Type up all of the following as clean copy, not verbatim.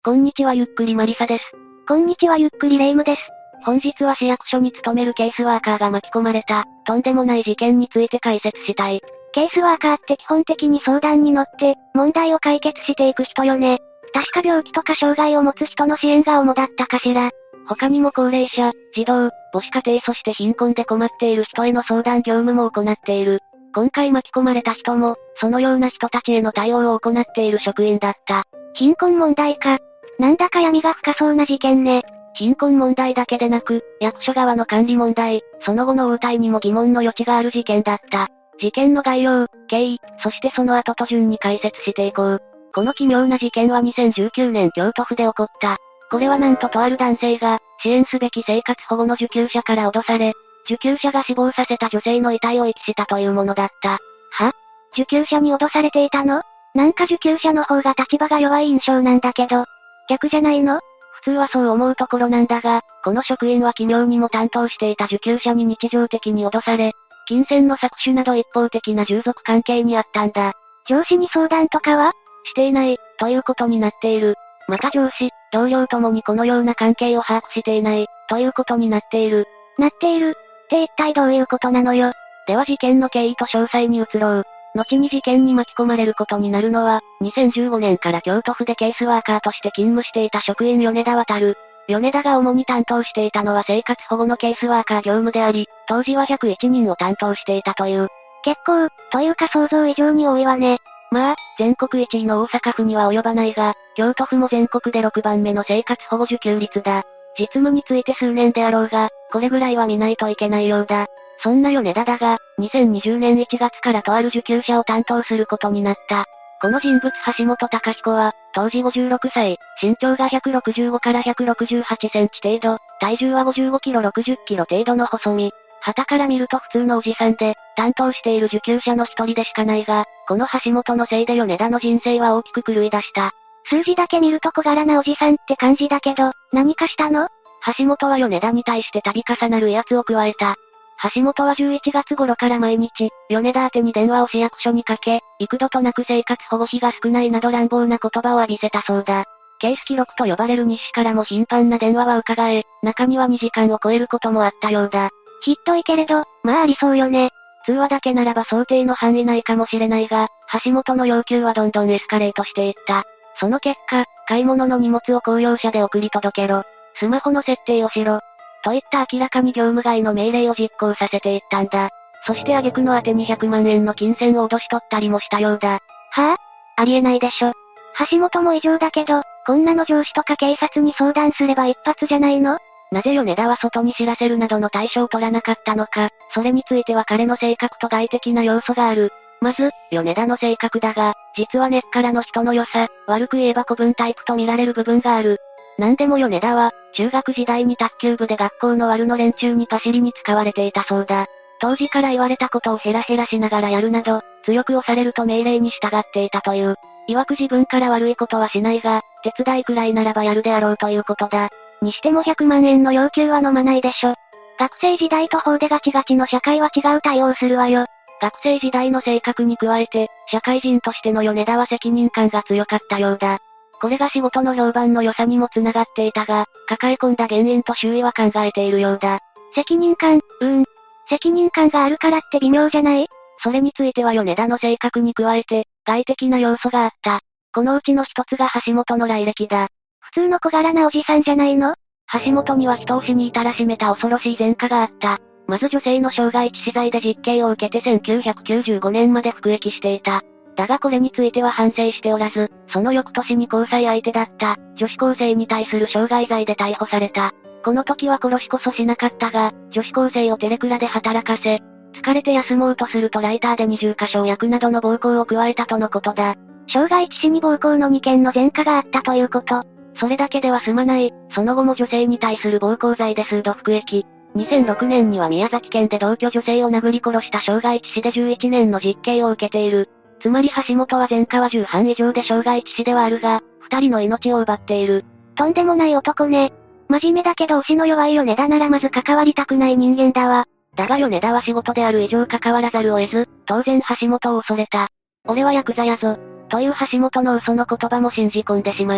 こんにちはゆっくりマリサです。 こんにちはゆっくりレイムです。 本日は市役所に勤めるケースワーカーが巻き込まれた、とんでもない事件について解説したい。 ケースワーカーって基本的に相談に乗って、問題を解決していく人よね。確か病気とか障害を持つ人の支援が主だったかしら。 他にも高齢者、児童、母子家庭そして貧困で困っている人への相談業務も行っている。今回巻き込まれた人も、そのような人たちへの対応を行っている職員だった。 貧困問題か。なんだか闇が深そうな事件ね。 貧困問題だけでなく、役所側の管理問題、その後の応対にも疑問の余地がある事件だった。事件の概要、経緯、そしてその後と順に解説していこう。この奇妙な事件は2019年京都府で起こった。これはなんととある男性が、支援すべき生活保護の受給者から脅され、受給者が死亡させた女性の遺体を遺棄したというものだった。 は？受給者に脅されていたの？なんか受給者の方が立場が弱い印象なんだけど。逆じゃないの？ 普通はそう思うところなんだが、この職員は奇妙にも担当していた受給者に日常的に脅され、金銭の搾取など一方的な従属関係にあったんだ。 上司に相談とかはしていない、ということになっている。また上司、同僚ともにこのような関係を把握していない、ということになっている。 なっているって一体どういうことなのよ。 では事件の経緯と詳細に移ろう。後に事件に巻き込まれることになるのは、2015年から京都府でケースワーカーとして勤務していた職員米田航。米田が主に担当していたのは生活保護のケースワーカー業務であり、当時は101人を担当していたという。 結構、というか想像以上に多いわね。 まあ、全国1位の大阪府には及ばないが、京都府も全国で6番目の生活保護受給率だ。実務について数年であろうが、これぐらいは見ないといけないようだ。そんな米田だが、2020年1月からとある受給者を担当することになった。この人物橋本隆彦は、当時56歳、身長が165から168センチ程度、体重は55キロ60キロ程度の細身。旗から見ると普通のおじさんで、担当している受給者の一人でしかないが、この橋本のせいで米田の人生は大きく狂い出した。 数字だけ見ると小柄なおじさんって感じだけど、何かしたの？ 橋本は米田に対して度重なる威圧を加えた。橋本は11月頃から毎日、米田宛てに電話を市役所にかけ、幾度となく生活保護費が少ないなど乱暴な言葉を浴びせたそうだ。ケース記録と呼ばれる日誌からも頻繁な電話は伺え、中には2時間を超えることもあったようだ。 ひっどいけれど、まあありそうよね。 通話だけならば想定の範囲内かもしれないが、橋本の要求はどんどんエスカレートしていった。その結果、買い物の荷物を公用車で送り届けろ。スマホの設定をしろ。といった明らかに業務外の命令を実行させていったんだ。そして挙句の宛てに100万円の金銭を脅し取ったりもしたようだ。 はぁ？ありえないでしょ。橋本も異常だけど、こんなの上司とか警察に相談すれば一発じゃないの？ なぜ米田は外に知らせるなどの対処を取らなかったのか、それについては彼の性格と外的な要素がある。まず、米田の性格だが、実は根っからの人の良さ、悪く言えば古文タイプと見られる部分がある。なんでも米田は、中学時代に卓球部で学校の悪の連中にパシリに使われていたそうだ。当時から言われたことをヘラヘラしながらやるなど、強く押されると命令に従っていたという。曰く自分から悪いことはしないが、手伝いくらいならばやるであろうということだ。 にしても100万円の要求は飲まないでしょ。学生時代と法でガチガチの社会は違う対応するわよ。 学生時代の性格に加えて、社会人としての米田は責任感が強かったようだ。これが仕事の評判の良さにも繋がっていたが、抱え込んだ原因と周囲は考えているようだ。 責任感、責任感があるからって微妙じゃない？ それについては米田の性格に加えて、外的な要素があった。このうちの一つが橋本の来歴だ。 普通の小柄なおじさんじゃないの？ 橋本には人を死に至らしめた恐ろしい前科があった。まず女性の傷害致死罪で実刑を受けて1995年まで服役していた。だがこれについては反省しておらず、その翌年に交際相手だった、女子高生に対する傷害罪で逮捕された。この時は殺しこそしなかったが、女子高生をテレクラで働かせ、疲れて休もうとするとライターで20箇所を焼くなどの暴行を加えたとのことだ。 傷害致死に暴行の2件の前科があったということ。 それだけでは済まない、その後も女性に対する暴行罪で数度服役。2006年には宮崎県で同居女性を殴り殺した傷害致死で11年の実刑を受けている。つまり橋本は前科は10犯以上で傷害致死ではあるが、2人の命を奪っている。 とんでもない男ね。真面目だけど押しの弱い米田ならまず関わりたくない人間だわ。 だが米田は仕事である以上関わらざるを得ず、当然橋本を恐れた。俺はヤクザやぞ。という橋本の嘘の言葉も信じ込んでしまい、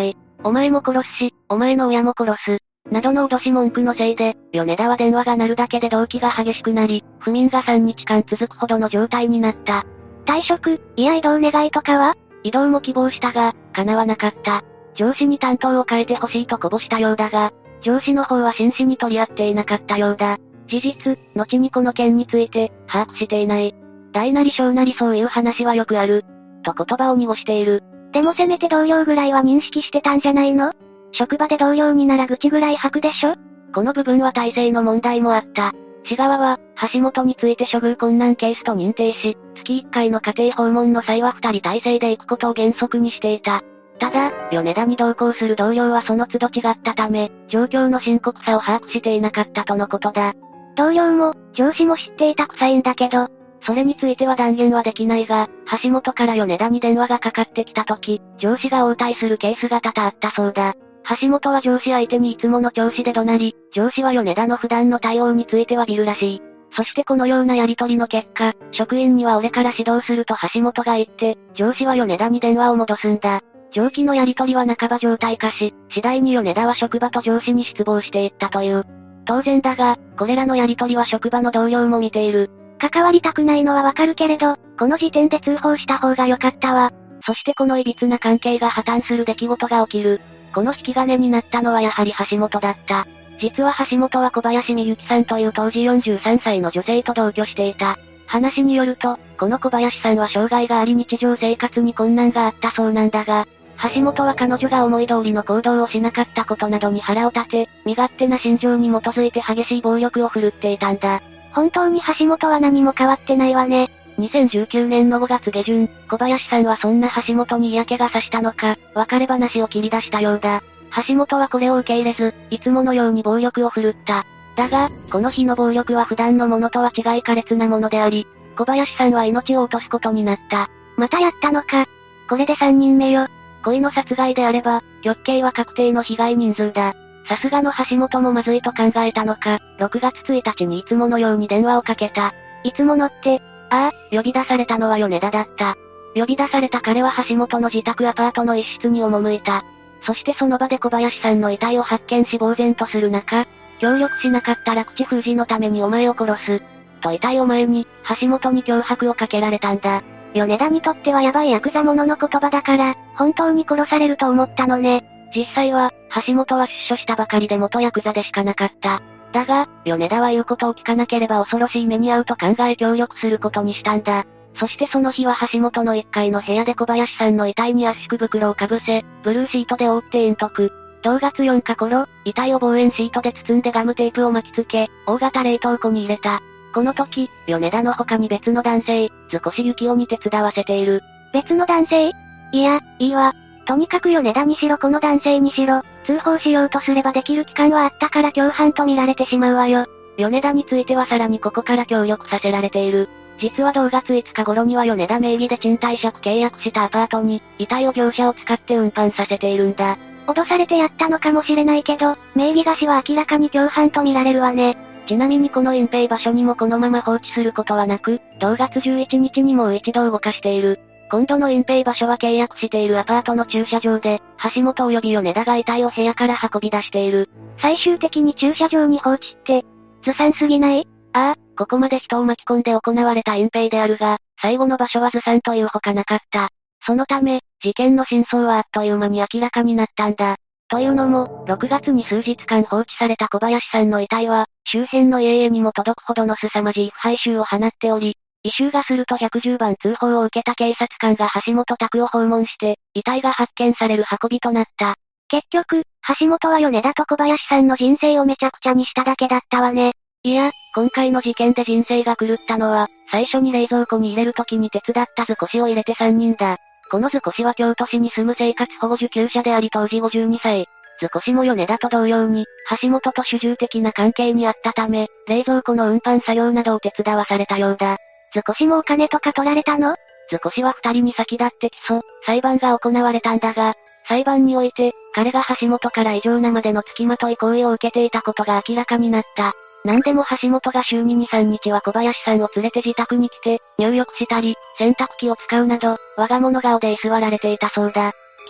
お前も殺すし、お前の親も殺す。などの脅し文句のせいで、米田は電話が鳴るだけで動悸が激しくなり、不眠が3日間続くほどの状態になった。 退職、いや異動願いとかは？ 異動も希望したが、叶わなかった。上司に担当を変えてほしいとこぼしたようだが、上司の方は真摯に取り合っていなかったようだ。事実、後にこの件について、把握していない。大なり小なりそういう話はよくある。と言葉を濁している。 でもせめて同僚ぐらいは認識してたんじゃないの？職場で同僚になら愚痴ぐらい吐くでしょ？ この部分は体制の問題もあった。市側は、橋本について処遇困難ケースと認定し、月1回の家庭訪問の際は2人体制で行くことを原則にしていた。ただ、米田に同行する同僚はその都度違ったため、状況の深刻さを把握していなかったとのことだ。 同僚も、上司も知っていたくさいんだけど、 それについては断言はできないが、橋本から米田に電話がかかってきた時、上司が応対するケースが多々あったそうだ。橋本は上司相手にいつもの調子で怒鳴り、上司は米田の普段の対応についてはビルらしい。そしてこのようなやりとりの結果、職員には俺から指導すると橋本が言って、上司は米田に電話を戻すんだ。上記のやりとりは半ば状態化し、次第に米田は職場と上司に失望していったという。当然だが、これらのやりとりは職場の同僚も見ている。 関わりたくないのはわかるけれど、この時点で通報した方が良かったわ。 そしてこの歪な関係が破綻する出来事が起きる。この引き金になったのはやはり橋本だった。実は橋本は小林美幸さんという当時43歳の女性と同居していた。話によると、この小林さんは障害があり日常生活に困難があったそうなんだが、橋本は彼女が思い通りの行動をしなかったことなどに腹を立て、身勝手な心情に基づいて激しい暴力を振るっていたんだ。 本当に橋本は何も変わってないわね。 2019年の5月下旬、小林さんはそんな橋本に嫌気がさしたのか、別れ話を切り出したようだ。橋本はこれを受け入れず、いつものように暴力を振るった。だが、この日の暴力は普段のものとは違い苛烈なものであり、小林さんは命を落とすことになった。 またやったのか。これで3人目よ。 故意の殺害であれば、極刑は確定の被害人数だ。さすがの橋本もまずいと考えたのか、6月1日にいつものように電話をかけた。 いつものって、 呼び出されたのは米田だった。呼び出された彼は橋本の自宅アパートの一室に赴いた。そしてその場で小林さんの遺体を発見し呆然とする中、協力しなかったら口封じのためにお前を殺す。と遺体を前に、橋本に脅迫をかけられたんだ。 米田にとってはヤバいヤクザ者の言葉だから、本当に殺されると思ったのね。 実際は、橋本は出所したばかりで元ヤクザでしかなかった。だが、米田は言うことを聞かなければ恐ろしい目に遭うと考え協力することにしたんだ。そしてその日は橋本の1階の部屋で小林さんの遺体に圧縮袋をかぶせ、ブルーシートで覆って隠匿。同月4日頃、遺体を防煙シートで包んでガムテープを巻きつけ、大型冷凍庫に入れた。この時、米田の他に別の男性、図越幸男に手伝わせている。 別の男性？いや、いいわ。とにかく米田にしろこの男性にしろ、通報しようとすればできる期間はあったから共犯と見られてしまうわよ。 米田についてはさらにここから協力させられている。実は同月5日頃には米田名義で賃貸借契約したアパートに、遺体を業者を使って運搬させているんだ。 脅されてやったのかもしれないけど、名義貸しは明らかに共犯と見られるわね。 ちなみにこの隠蔽場所にもこのまま放置することはなく、同月11日にもう一度動かしている。今度の隠蔽場所は契約しているアパートの駐車場で、橋本及び米田が遺体を部屋から運び出している。 最終的に駐車場に放置って、ずさんすぎない？ ここまで人を巻き込んで行われた隠蔽であるが、最後の場所はずさんというほかなかった。そのため、事件の真相はあっという間に明らかになったんだ。というのも、6月に数日間放置された小林さんの遺体は、周辺の家々にも届くほどの凄まじい腐敗臭を放っており、異臭がすると110番通報を受けた警察官が橋本宅を訪問して、遺体が発見される運びとなった。 結局、橋本は米田と小林さんの人生をめちゃくちゃにしただけだったわね。 いや、今回の事件で人生が狂ったのは、最初に冷蔵庫に入れる時に手伝った図越を入れて3人だ。この図越は京都市に住む生活保護受給者であり当時52歳。図越も米田と同様に、橋本と主従的な関係にあったため、冷蔵庫の運搬作業などを手伝わされたようだ。 図越もお金とか取られたの？ 図越は2人に先立って起訴、裁判が行われたんだが、裁判において、彼が橋本から異常なまでの付きまとい行為を受けていたことが明らかになった。なんでも橋本が週に2、3日は小林さんを連れて自宅に来て、入浴したり、洗濯機を使うなど、我が物顔で居座られていたそうだ。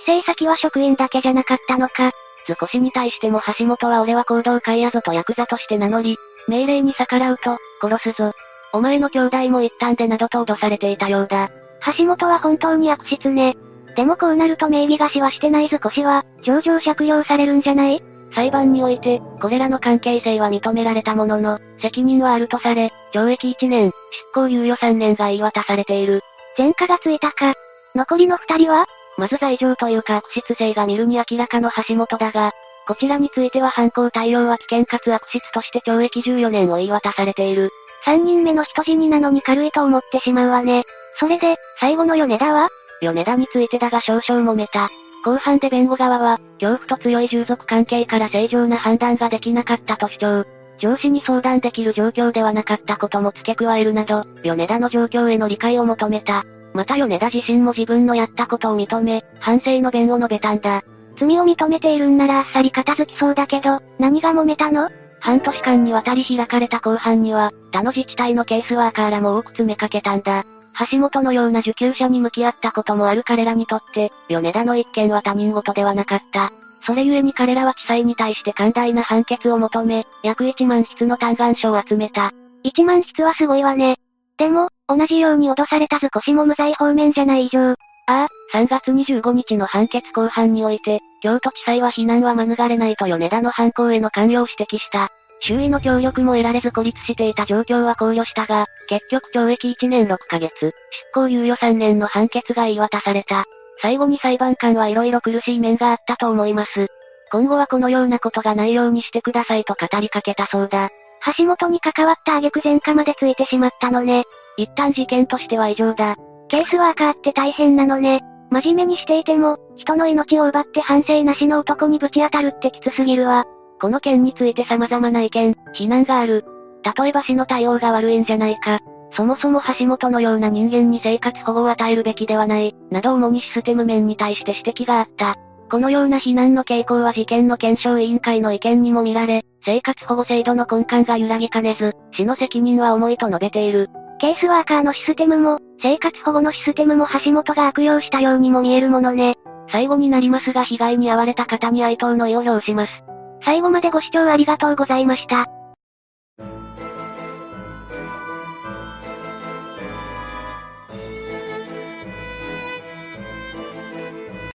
省先は職員だけじゃなかったのか。 図越に対しても橋本は俺は行動会やぞとヤクザとして名乗り、命令に逆らうと、殺すぞ。お前の兄弟も一旦でなどと脅されていたようだ。 橋本は本当に悪質ね。でもこうなると名義貸しはしてない図越は、情状酌量されるんじゃない？ 裁判において、これらの関係性は認められたものの、責任はあるとされ、懲役1年、執行猶予3年が言い渡されている。 前科がついたか。残りの2人は？ まず罪状というか悪質性が見るに明らかの橋本だが、こちらについては犯行態様は危険かつ悪質として懲役14年を言い渡されている。 3人目の人死になのに軽いと思ってしまうわね。それで、最後の米田は？ 米田についてだが少々揉めた。公判で弁護側は、恐怖と強い従属関係から正常な判断ができなかったと主張。上司に相談できる状況ではなかったことも付け加えるなど、米田の状況への理解を求めた。また米田自身も自分のやったことを認め、反省の弁を述べたんだ。 罪を認めているんならあっさり片付きそうだけど、何が揉めたの？ 半年間にわたり開かれた公判には、他の自治体のケースワーカーらも多く詰めかけたんだ。橋本のような受給者に向き合ったこともある彼らにとって、米田の一件は他人事ではなかった。それゆえに彼らは地裁に対して寛大な判決を求め、約1万筆の嘆願書を集めた。 1万筆はすごいわね。でも、同じように脅された図越も無罪方面じゃない以上。 3月25日の判決公判において、京都地裁は非難は免れないと米田の犯行への関与を指摘した。周囲の協力も得られず孤立していた状況は考慮したが、結局懲役1年6ヶ月、執行猶予3年の判決が言い渡された。最後に裁判官は色々苦しい面があったと思います。今後はこのようなことがないようにしてくださいと語りかけたそうだ。 橋本に関わった挙句前科までついてしまったのね。 一旦事件としては異常だ。 ケースワーカーって大変なのね。真面目にしていても、人の命を奪って反省なしの男にぶち当たるってきつすぎるわ。 この件について様々な意見、非難がある。例えば市の対応が悪いんじゃないか。そもそも橋本のような人間に生活保護を与えるべきではない、など主にシステム面に対して指摘があった。このような非難の傾向は事件の検証委員会の意見にも見られ、生活保護制度の根幹が揺らぎかねず、市の責任は重いと述べている。 ケースワーカーのシステムも、生活保護のシステムも橋本が悪用したようにも見えるものね。 最後になりますが被害に遭われた方に哀悼の意を表します。 最後までご視聴ありがとうございました。